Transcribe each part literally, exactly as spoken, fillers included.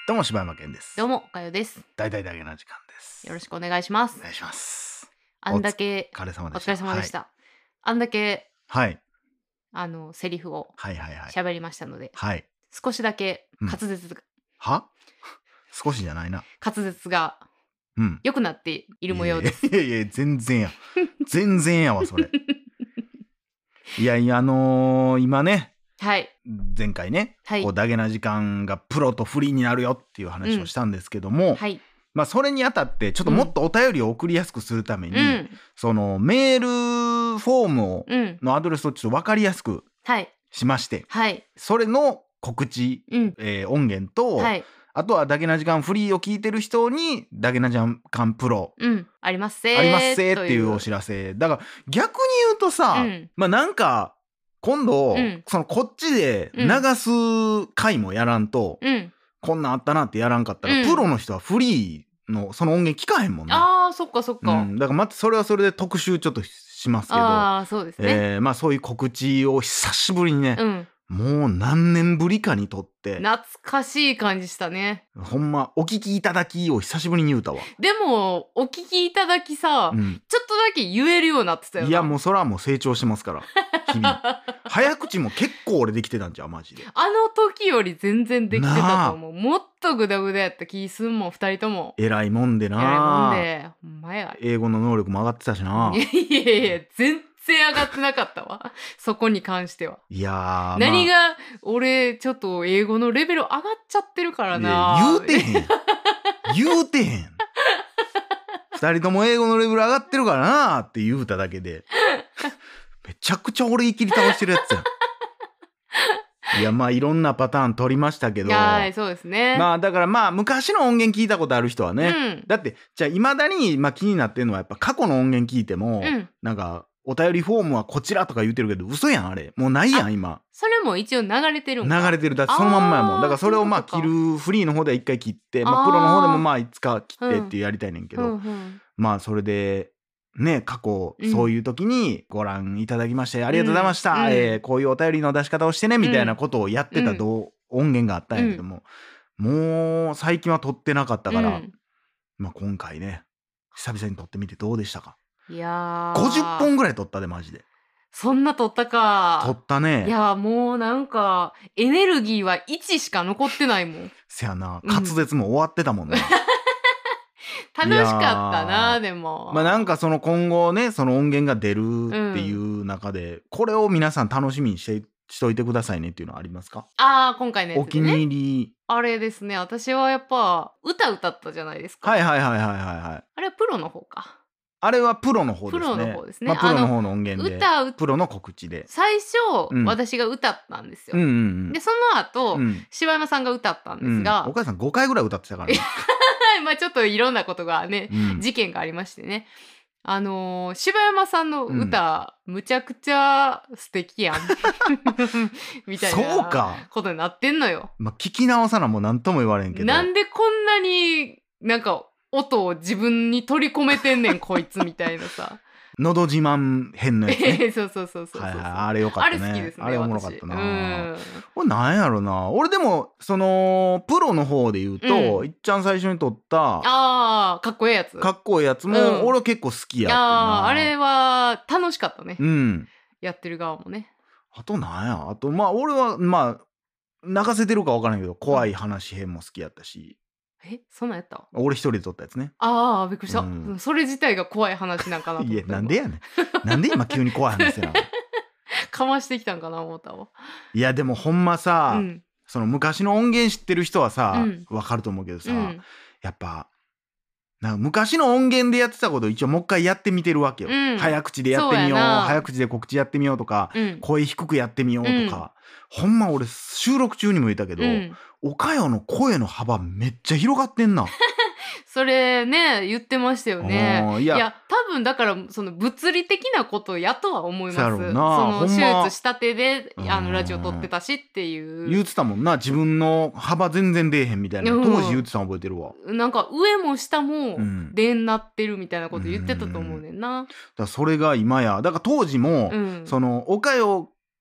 どうも柴山健です。 どうもおかよです。 大々だけな時間です。 よろしくお願いします。 お願いします。 あんだけお疲れ様お疲でした。 れ様でした。あんだけはい。 あのセリフをはいはいはい。 喋りましたので、 はい。 少しだけうん滑舌が、 は少しじゃないな。 滑舌がうん。 良くなっている模様です。 いやいやいや、全然や。全然やわ、それ。いやいや、あのー今ね、 はい。 前回ね、 はいこうダゲな時間がプロとフリーになるよっていう話をしたんですけども、 はい。 まあそれにあたってちょっともっとお便りを送りやすくするために、 うん。 そのメールフォームをうん。 のアドレスをちょっと分かりやすくはい。 しまして、 はい。 それの告知、 うん。 えー音源と、 はい。 あとはダゲな時間フリーを聞いてる人にダゲな時間プロうん。ありますせーありますせーっていうおと知らせだから、逆に言うとさ、 うんまあなんか今度、 うんそのこっちで流す回もやらんと、 うん。 こんなんあったなってやらんかったら、 うんプロの人はフリーのその音源聞かへんもんね。 ああ、そっかそっか。 うん、だからまたそれはそれで特集ちょっとしますけど、 ああ、そうですね。 えーまあそういう告知を久しぶりにね、 うん。 もう何年ぶりかにとって懐かしい感じしたね。 ほんまお聞きいただきを久しぶりに言うたわ。 でもお聞きいただきさ、 うん、 ちょっとだけ言えるようになってたよな。 いやもうそれはもう成長してますから日々早口も結構俺できてたんじゃんマジで。 あの時より全然できてたと思う。もっとグダグダやった気すんもん、二人とも。 偉いもんでな。 偉いもんで、ほんまや。 英語の能力も上がってたしな。 いやいやいや、全然上がってなかったわ。そこに関しては。 いやー何が、 まあ、 俺ちょっと英語のレベル上がっちゃってるからいやな。 言うてへん言うてへん二人とも英語のレベル上がってるからなーって言うただけでめちゃくちゃ俺言い切り倒してるやつやん。いやまあいろんなパターン取りましたけど、 はい、そうですね。 まあだからまあ昔の音源聞いたことある人はね、 うんだってじゃあいまだにまあ気になってるのはやっぱ過去の音源聞いても、 うんなんかお便りフォームはこちらとか言ってるけど嘘やんあれもうないやん今。 それも一応流れてるんか。 流れてるだってそのまんまやもん。 あーだからそれをまあそういうことか切るフリーの方では一回切って、まああープロの方でもまあいつか切ってってやりたいねんけど、 うんうんまあそれでね過去うんそういう時にご覧いただきましてありがとうございました、 うんえーこういうお便りの出し方をしてねみたいなことをやってたどう音源があったんやけども、もう最近は撮ってなかったから、 うんまあ今回ね久々に撮ってみてどうでしたか。 いやーごじゅっぽんぐらい撮ったでマジでそんな撮ったか。 撮ったね。 いやーもうなんかエネルギーはいちしか残ってないもん。 せやなうん滑舌も終わってたもんね、 楽しかったいやなーでも。 まあなんかその今後ねその音源が出るっていう中で、これを皆さん楽しみにしてしといてくださいねっていうのはありますか。 あー今回のやお気つでね。 に入り。 あれですね、私はやっぱ歌歌ったじゃないですか。 はいはいはいはいはいはい。 あれはプロの方か。 あれはプロの方ですね。 プロの方ですねまあプロの方の音源で歌うプロの告知で。 最初、 うん私が歌ったんですよ。 うんうんうん。 でその後、 うん柴山さんが歌ったんうん、 ですが、 お母さんごかいぐらい歌ってたからね。 まあちょっといろんなことがね、 うん事件がありましてね。あのー、柴山さんの歌、むちゃくちゃ素敵やんみたいそうなかことになってんのよ。 まあ聞き直さなもう何とも言われんけど。 なんでこんなになんか音を自分に取り込めてんねんこいつみたいなさ。 のど自慢編のやつね。 そうそうそうそうそう。 はいはい、あれよかったね。 あれ好きですね。 あれおもろかったな。 うんこれなんやろな。俺でもそのプロの方で言うと、 うんいっちゃん最初に撮ったあーかっこいいやつ。 かっこいいやつも、 うん俺は結構好きやってんあな。 ーあれは楽しかったね。 うん。 やってる側もね。 あとなんや。あとまあ俺はまあ泣かせてるか分からんけど怖い話編も好きやったし、 えそんなんやった俺一人で撮ったやつね。 ああびっくりした、 うんそれ自体が怖い話なんかなと思ったいやなんでやねん。なんで今急に怖い話なの。 かましてきたんかな思ったわ。 いやでもほんまさ、 うんその昔の音源知ってる人はさ、 うん分かると思うけどさ、 うんやっぱなんか昔の音源でやってたことを一応もう一回やってみてるわけよ、 うん早口でやってみようそうやな早口で告知やってみようとか、 うん声低くやってみようとか、ほんま俺収録中にも言ったけど、 うんおかよの声の幅めっちゃ広がってんな。 それね言ってましたよね。 あーいやいや多分だからその物理的なことやとは思います。 そうやろうなそのほんま手術したてであうんのラジオ撮ってたしっていう。 言ってたもんな自分の幅全然出えへんみたいな、 うん当時言ってたの覚えてるわ。だかなんか上も下もうんでんなってるみたいなこと言ってたと思うねんな。 らそれが今やだから当時も、 うんそのおかよ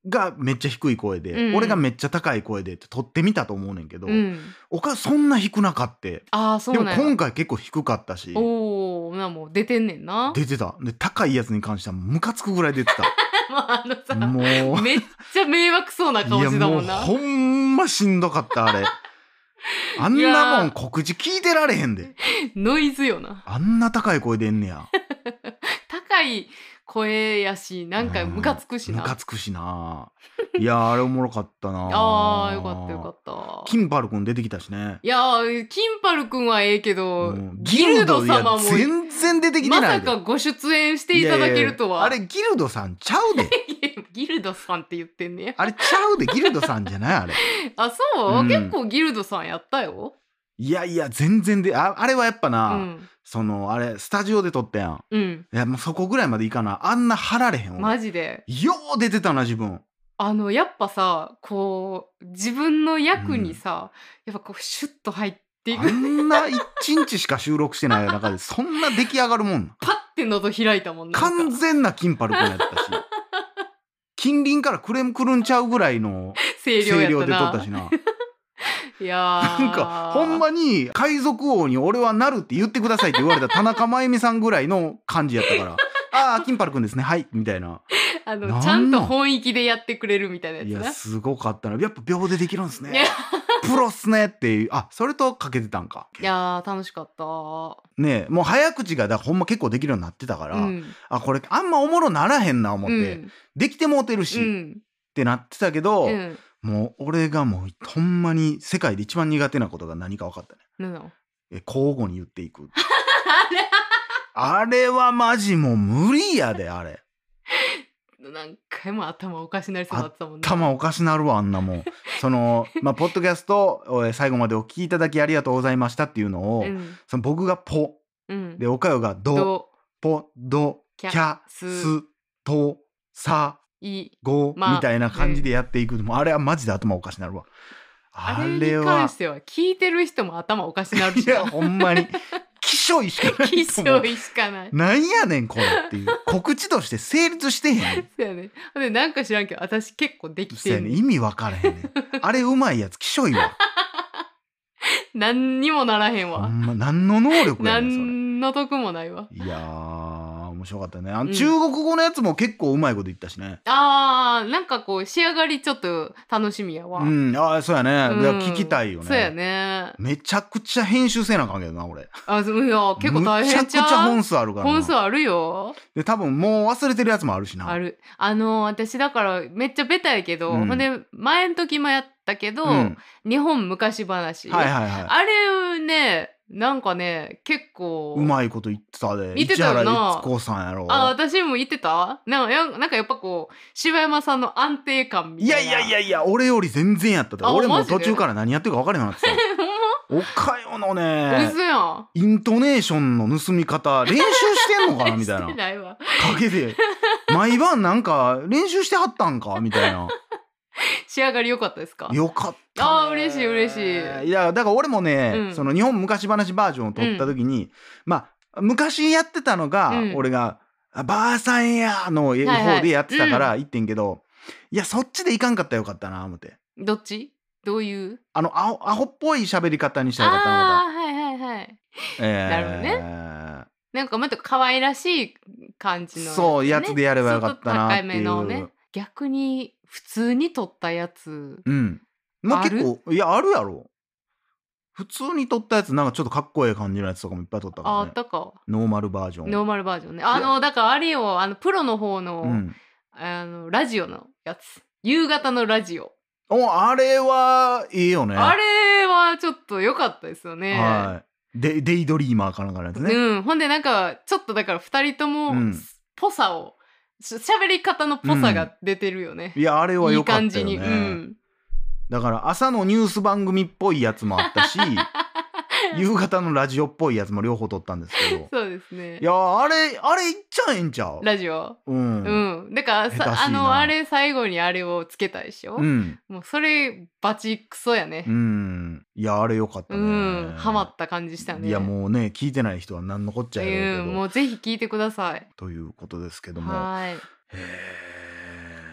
がめっちゃ低い声で、 うん俺がめっちゃ高い声でって撮ってみたと思うねんけど、 うんおかそんな低なかってああそでもうなんや今回結構低かったしおおなもう出てんねんな出てたで高いやつに関してはムカつくぐらい出てもうあのさたもうめっちゃ迷惑そうな顔いやしてたもんなもうほんましんどかったあれあんいやーなもん告知聞いてられへんでノイズよなあんな高い声出んねや高い声やしなんかムカつくしなムカつくしないやーあれおもろかったなあーよかったよかった金パルくん出てきたしねいやー金パルくんはええけど、 うんギルド様もいや全然出てきてまないでさかご出演していただけるとは。 いやいやあれギルドさんちゃうでギルドさんって言ってんねや。 あれちゃうでギルドさんじゃないあれあ、そう、 うん結構ギルドさんやったよ。 いやいや全然で あ, あれはやっぱうな、 ん。 そのあれスタジオで撮ったやんうん。 いやもうそこぐらいまでいかなあんな張られへん俺マジで。 よう出てたな自分あの、やっぱさ、こう、自分の役にさ、やっぱこう、シュッと入っていあく。 んないちにちしか収録してない中でそんな出来上がるもんパッて喉開いたもんなんか完全な金パルくんやったし近隣からクレームくるんちゃうぐらいの声量声量でやったな。 撮ったしないやー。 なんかほんまに海賊王に俺はなるって言ってくださいって言われた田中真由美さんぐらいの感じやったからああ金パルくんですねはいみたいなあの、 なんなんちゃんと本意気でやってくれるみたいなやついやな。 すごかったなやっぱ秒でできるんですいやねプロっすねっていうあそれとかけてたんかいやー、楽しかった。 ねえもう早口がだからほんま結構できるようになってたから、 うん。 あこれあんまおもろならへんな思って、 うん。 できてもうてるし、っうん。 てなってたけど、 うん。 もう俺がもうほんまに世界で一番苦手なことが何か分かったねなんなのえ交互に言っていくあれはマジもう無理やであれ何回も頭おかしになりそうになってたもんね。 頭おかしなるわあんなもんそのまあポッドキャストえ最後までお聞きいただきありがとうございましたっていうのを、 うん。 その僕がポうん。 でおかよがドど、 ポドキキャャストサい。 ゴまあみたいな感じでやっていくのもあれはマジで頭おかしなるわあれにあれは関しては聞いてる人も頭おかしになるしいやほんまにきしょいしかない気と思う象いしかない。 なんやねんこれっていう告知として成立してへんそうやね。ほんでなんか知らんけど私結構できそうやてんねん。 ね意味分からへんねんあれうまいやつきしょいわ何にもならへんほわ。 んま何の能力やねんそれ何の得もないわ。 いやー面白かったねあの、 うん中国語のやつも結構うまいこと言ったしねあーなんかこう仕上がりちょっと楽しみやわ。 うんああそうやね、 うんいや聞きたいよねそうやね。 めちゃくちゃ編集せなあかんけどな俺あそういや結構大変ちゃう。 むちゃくちゃ本数あるからな本数あるよ。 で多分もう忘れてるやつもあるしなある。あの私だからめっちゃベタやけど、 うんほんで前の時もやったけど、 うん日本昔話、 はいはいはいあれねなんかね結構うまいこと言ってたで言ってたよな市原悦子さんやろあ私も言ってたなんかやなんかやっぱこう柴山さんの安定感みいたいな。 やいやいやいや俺より全然やったであ俺もマジで途中から何やってるか分からへんようになってたほんおかよのまね嘘やん。 イントネーションの盗み方練習してんのかなみたいなしてないわ。 陰で毎晩なんか練習してはったんかみたいな仕上がり良かったですか？ よかったねあー嬉しい嬉しいいやだから俺もね、 うんその日本昔話バージョンを撮った時に、まあ昔やってたのが、 うん俺が「あばあさんや」のはいはい方でやってたから言ってんけど、いやそっちでいかんかったらよかったな思ってどっちどういうあのアホアホっぽい喋り方にしたらよかったのあかあーはいはいはいえーなるほどねなんかもっと可愛らしい感じの、ね、 そうやつでやればよかったなっていうちょっと高めのね逆に普通に撮ったやつうんまあある結構いやあるやろ普通に撮ったやつなんかちょっとかっこいい感じのやつとかもいっぱい撮ったからああっねたかノーマルバージョンノーマルバージョンねあのだからあれよあのプロの方の,、 うんあのラジオのやつ夕方のラジオ、 おあれはいいよねあれはちょっと良かったですよねはいデデイドリーマーかなんかのやつね、 うん、ほんでなんかちょっとだからふたりともうんぽさをし喋り方のぽさが出てるよね、 いやあれはいい良かったよね感じに、うん、 だから朝のニュース番組っぽいやつもあったし夕方のラジオっぽいやつも両方撮ったんですけどそうですねいやあれあれいっちゃええんちゃうラジオうんうんだからさ下手しいなあのあれ最後にあれをつけたでしょ、 うんもうそれバチクソやねうんいやあれよかったうねんハマった感じしたねいやもうね聞いてない人は何のこっちゃやろうけど、 うんもうぜひ聞いてくださいということですけどもはいえー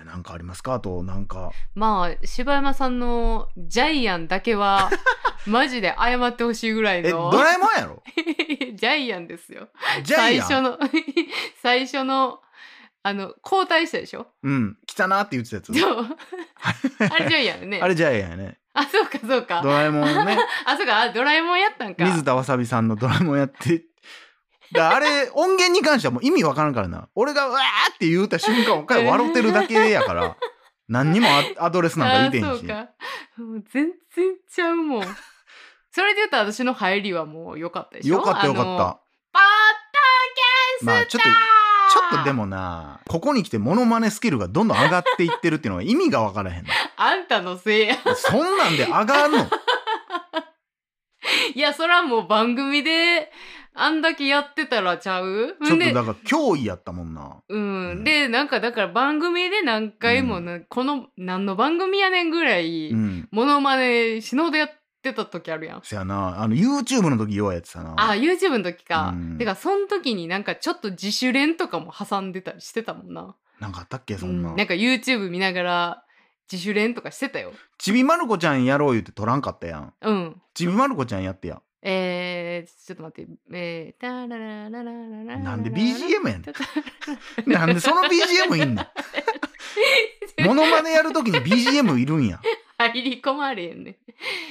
なんかありますか？あとなんかまあ柴山さんのジャイアンだけはマジで謝ってほしいぐらいえのドラえもんやろジャイアンですよ。 ジャイアン最初の最初のあの交代したでしょ。 うん来たなって言ってたやつそうあれジャイアンね。 あれジャイアンやね。 あそうかそうか。 ドラえもんねあそうかあドラえもんやったんか。 水田わさびさんのドラえもんやってだあれ音源に関してはもう意味わからんからな。俺がうわーって言うた瞬間おかゆ笑ってるだけやから何にもアアドレスなんか言うてへんし。 あそうか。もう全然ちゃうもん。それで言うと私の入りはもう良かったでしょ。 よかったよかった。 あのポッドキャスト、 まあちょっとちょっとでもなここに来てモノマネスキルがどんどん上がっていってるっていうのは意味がわからへんの。 あんたのせいや。 そんなんで上がんのいやそれはもう番組であんだけやってたらちゃう。 ちょっとでだから脅威やったもんな。 うん、 うんでなんかだから番組で何回もな、この何の番組やねんぐらい、 うんモノマネ死ぬほどやってた時あるやん。 そやなあの YouTube の時ようやってたな。 あ YouTube の時か、 うんてかその時になんかちょっと自主練とかも挟んでたりしてたもんな。 なんかあったっけそんな、 うん、なんか YouTube 見ながら自主練とかしてたよ。 ちびまる子ちゃんやろう言って撮らんかったやん。 うんちびまる子ちゃんやってや。 えー、ちょっと待って、えー、タララララララなんで ビージーエム やねんんなんでその ビージーエム いんのモノマネやるときに ビージーエム いるんや。 入り込まれへんね。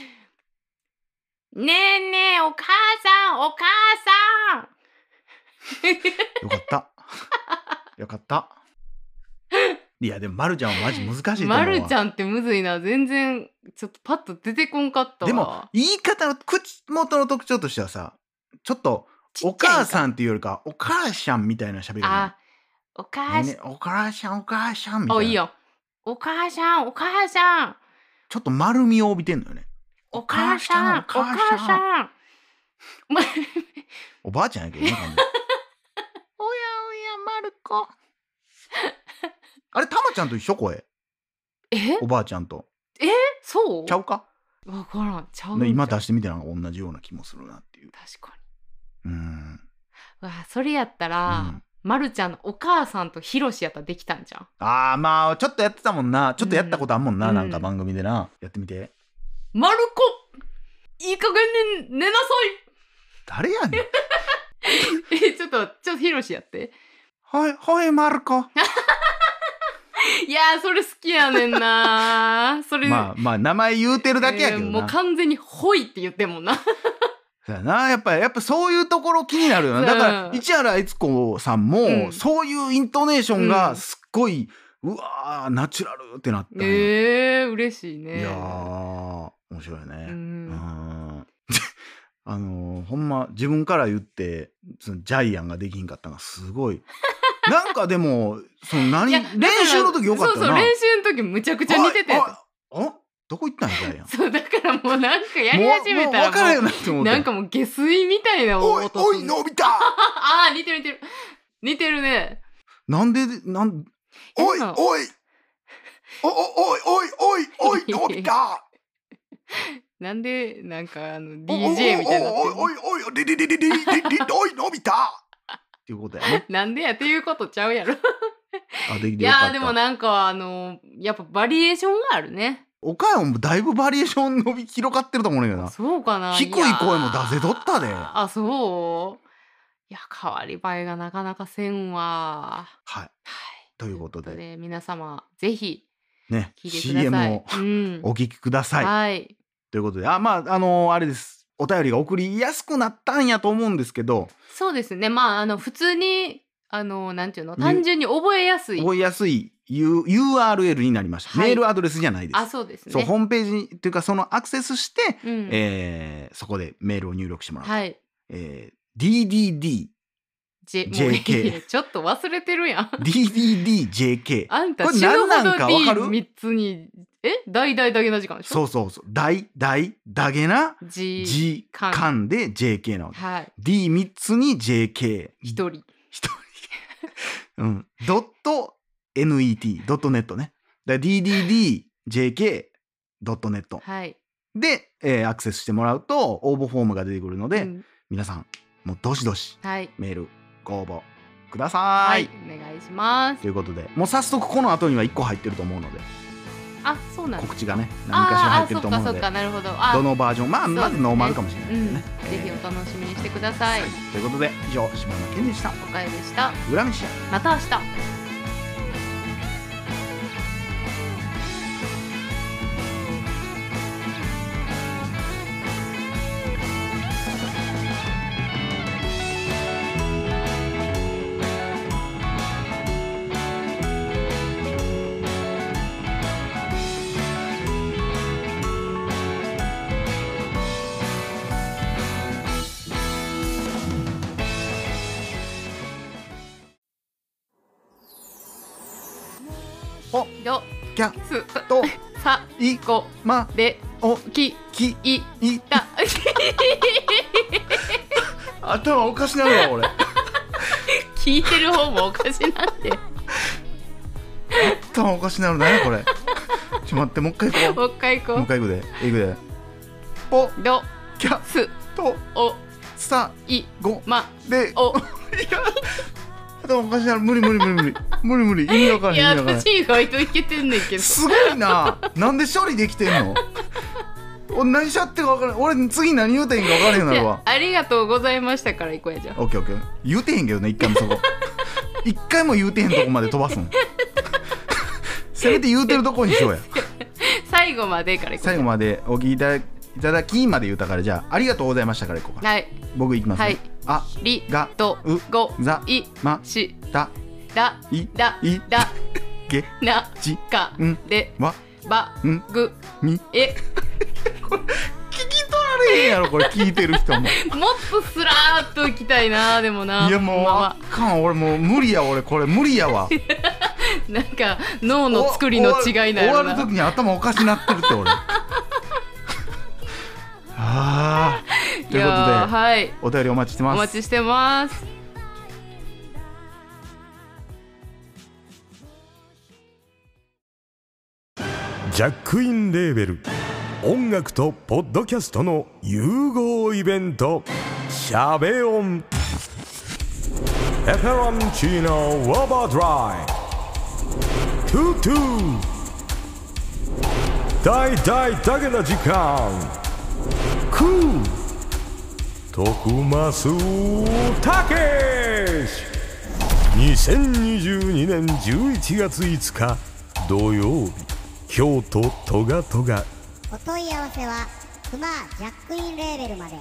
ねえねえお母さんお母さんよかったよかったいやでもまるちゃんはマジ難しいと思うわ。 まるちゃんってむずいな。全然ちょっとパッと出てこんかったわ。 でも言い方の口元の特徴としてはさちょっとおちっちゃいんか母さんっていうよりかお母さんみたいな喋りあおね母さん、 ねお母さんお母さんみたいな。 おいいよお母さんお母さんちょっと丸みを帯びてんのよね。 お母さんお母さんまおばあちゃんやけどね完全におやおやまる子あれたまちゃんと一緒声えおばあちゃんとそうちゃうかわからんちゃうんね今ちゃう出してみたら同じような気もするなっていう。 確かうんにわそれやったら、 うんまるちゃんのお母さんとひろしやったらできたんじゃん。 あーまあちょっとやってたもんな。ちょっとやったことあんもんな、 うんなんか番組でな。やってみて。 まる子いい加減に寝なさ誰やねんいえちょっとちょっとひろしやってはいはいまる子いやーそれ好きやねんなそれまあまあ名前言うてるだけやけどな、 えーもう完全にほいって言ってんもんなそうやなやっぱやっぱそういうところ気になるよな。だからうん市原悦子さんも、 うんそういうイントネーションうんがすっごい、うわーナチュラルってなったんや、 えー、嬉しいね。 いやー面白いね。 ううんんあのーほんま自分から言ってそのジャイアンができんかったのがすごいなんかでもその何いや練習の時よかったよな。 そうそう練習の時むちゃくちゃ似てて、 はいはいあどこ行ったんやジャイアンそうだからもうなんかやり始めたもうもうら分からんよもなって思ってうなんかもう下水みたいなおい音するおいのび太ああ似てる似てる似てるね。 なんでなんおいえでもおいおおおいおいおいおいのび太なんでなんかあのおディージェー みたいになってるのおいおいおいおいででででででででおいのび太っていうことやね。 なんでやっていうことちゃうやろあできいてよかった。 やーでもなんかあのやっぱバリエーションがあるね。 岡山もだいぶバリエーション伸び広がってると思うんだけどな。 そうかな。 低い声も出せとったでいやーあそういや変わり映えがなかなかせんわ。 はいはいということでということ皆様ぜひね聞いてくだシーエムさい。 をうんお聞きください、 はいということであまああのーあれですお便りが送りやすくなったんやと思うんですけどそうですね。まああの普通にあのなんていうのゆ単純に覚えやすい。 覚えやすい ユー ユーアールエル になりました、 はいメールアドレスじゃないです。 あそうですね。 そうホームページにっていうかそのアクセスして、 うんえーそこでメールを入力してもらう、 はい。 えー ディーディーディージェジェーケーもういいちょっと忘れてるやん。 ディーディーディージェーケーあんたこれ死ぬほ何なんどかわかるディーみっつにえ大々だけな時間でしょ。 そうそうそう大大だげな G G 間間で ジェーケー なわけ。 はいディーみっ つに ジェーケー一人一人うんドット ネット ドットネットね。だから ディーディーディージェーケー ドットネットはい。 で、えーアクセスしてもらうと応募フォームが出てくるので、 うん皆さんもうどしどしはいメールご応募くください。 はい、お願いします。 ということで、もう早速この後にはいっこ入ってると思うので、 あ、そうなんです。 告知がね何かしら入ってると思うので、 あーあ、そっかそっか、なるほど。あ、 どのバージョン、まあまずノーマルかもしれないですけどね、 うん、ぜひお楽しみにしてください。 ということで以上、柴山健でした。 おかえでした。 裏飯や。 また明日。 およキャすとさいこまでおききいいた頭おかしなるわ俺。 聞いてる方もおかしなんで。 頭おかしなるなやこれ。ちょ待って、もう一回行こう。 もう一回行こう。 もう一回行くで行くで。ポどキャすとおさいごまでお。 いや頭おかしなる。無理無理無理無理無理無理意味わからいや、 へん意味わからへん。 私意外といけてんねんけど。 すごいな。なんで処理できてんの。俺何しちゃってるか分からん。俺次何言うてへんか分からへんようになるわ。 ありがとうございましたから行こうや。じゃあオッケーオッケー。言うてへんけどね、一回もそこ。一回も言うてへんとこまで飛ばすん。せめて言うてるとこにしようや。 最後までから行こう。 最後までお聞きいただいただきまで言うたから、じゃあありがとうございましたからいこうか。 はい。 僕いきますね。 はいありがとうございましただだいだいだげなじかんでわばんぐみえ。 聞き取られへんやろこれ、聞いてる人も。 もっとスラーっと行きたいな。でもないやもうあかん、俺もう無理や。俺これ無理やわ。 なんか脳の作りの違いな終るな。 わる時に頭おかしなってるって俺。あーということで、 はい、 お便りお待ちしてます。 お待ちしてます。 ジャックインレーベル音楽とポッドキャストの融合イベント、シャベオンペペロンチーノウォーバードライトゥトゥ大大だけな時間クー徳増たけしにせんにじゅうにねんじゅういちがついつか土曜日、京都トガトガ。 お問い合わせはクマジャックインレーベルまで。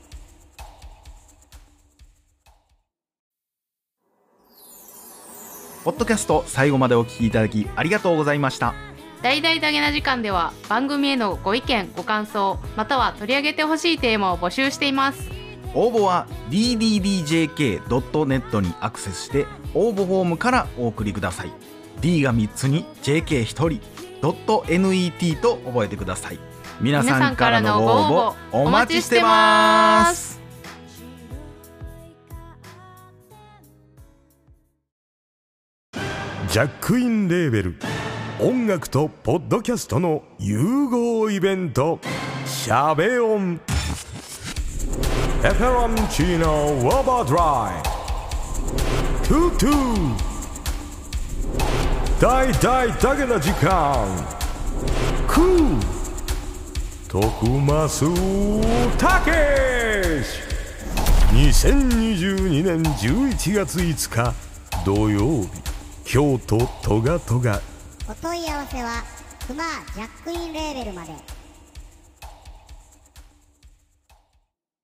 ポッドキャスト最後までお聞きいただきありがとうございました。 大々だげな時間では番組へのご意見ご感想または取り上げてほしいテーマを募集しています。 応募は ディーディーディージェーケードットネット にアクセスして応募フォームからお送りください。 D がみっつに ジェーケーひとり .net と覚えてください。皆さんからのご応募お待ちしてます。 ジャックインレーベル音楽とポッドキャストの融合イベント、シャベオンペペロンチーノウォーバードライトゥトゥ大大だけな時間クー徳増たけしにせんにじゅうにねんじゅういちがついつか土曜日、京都トガトガ。 お問い合わせはクマジャックインレーベルまで。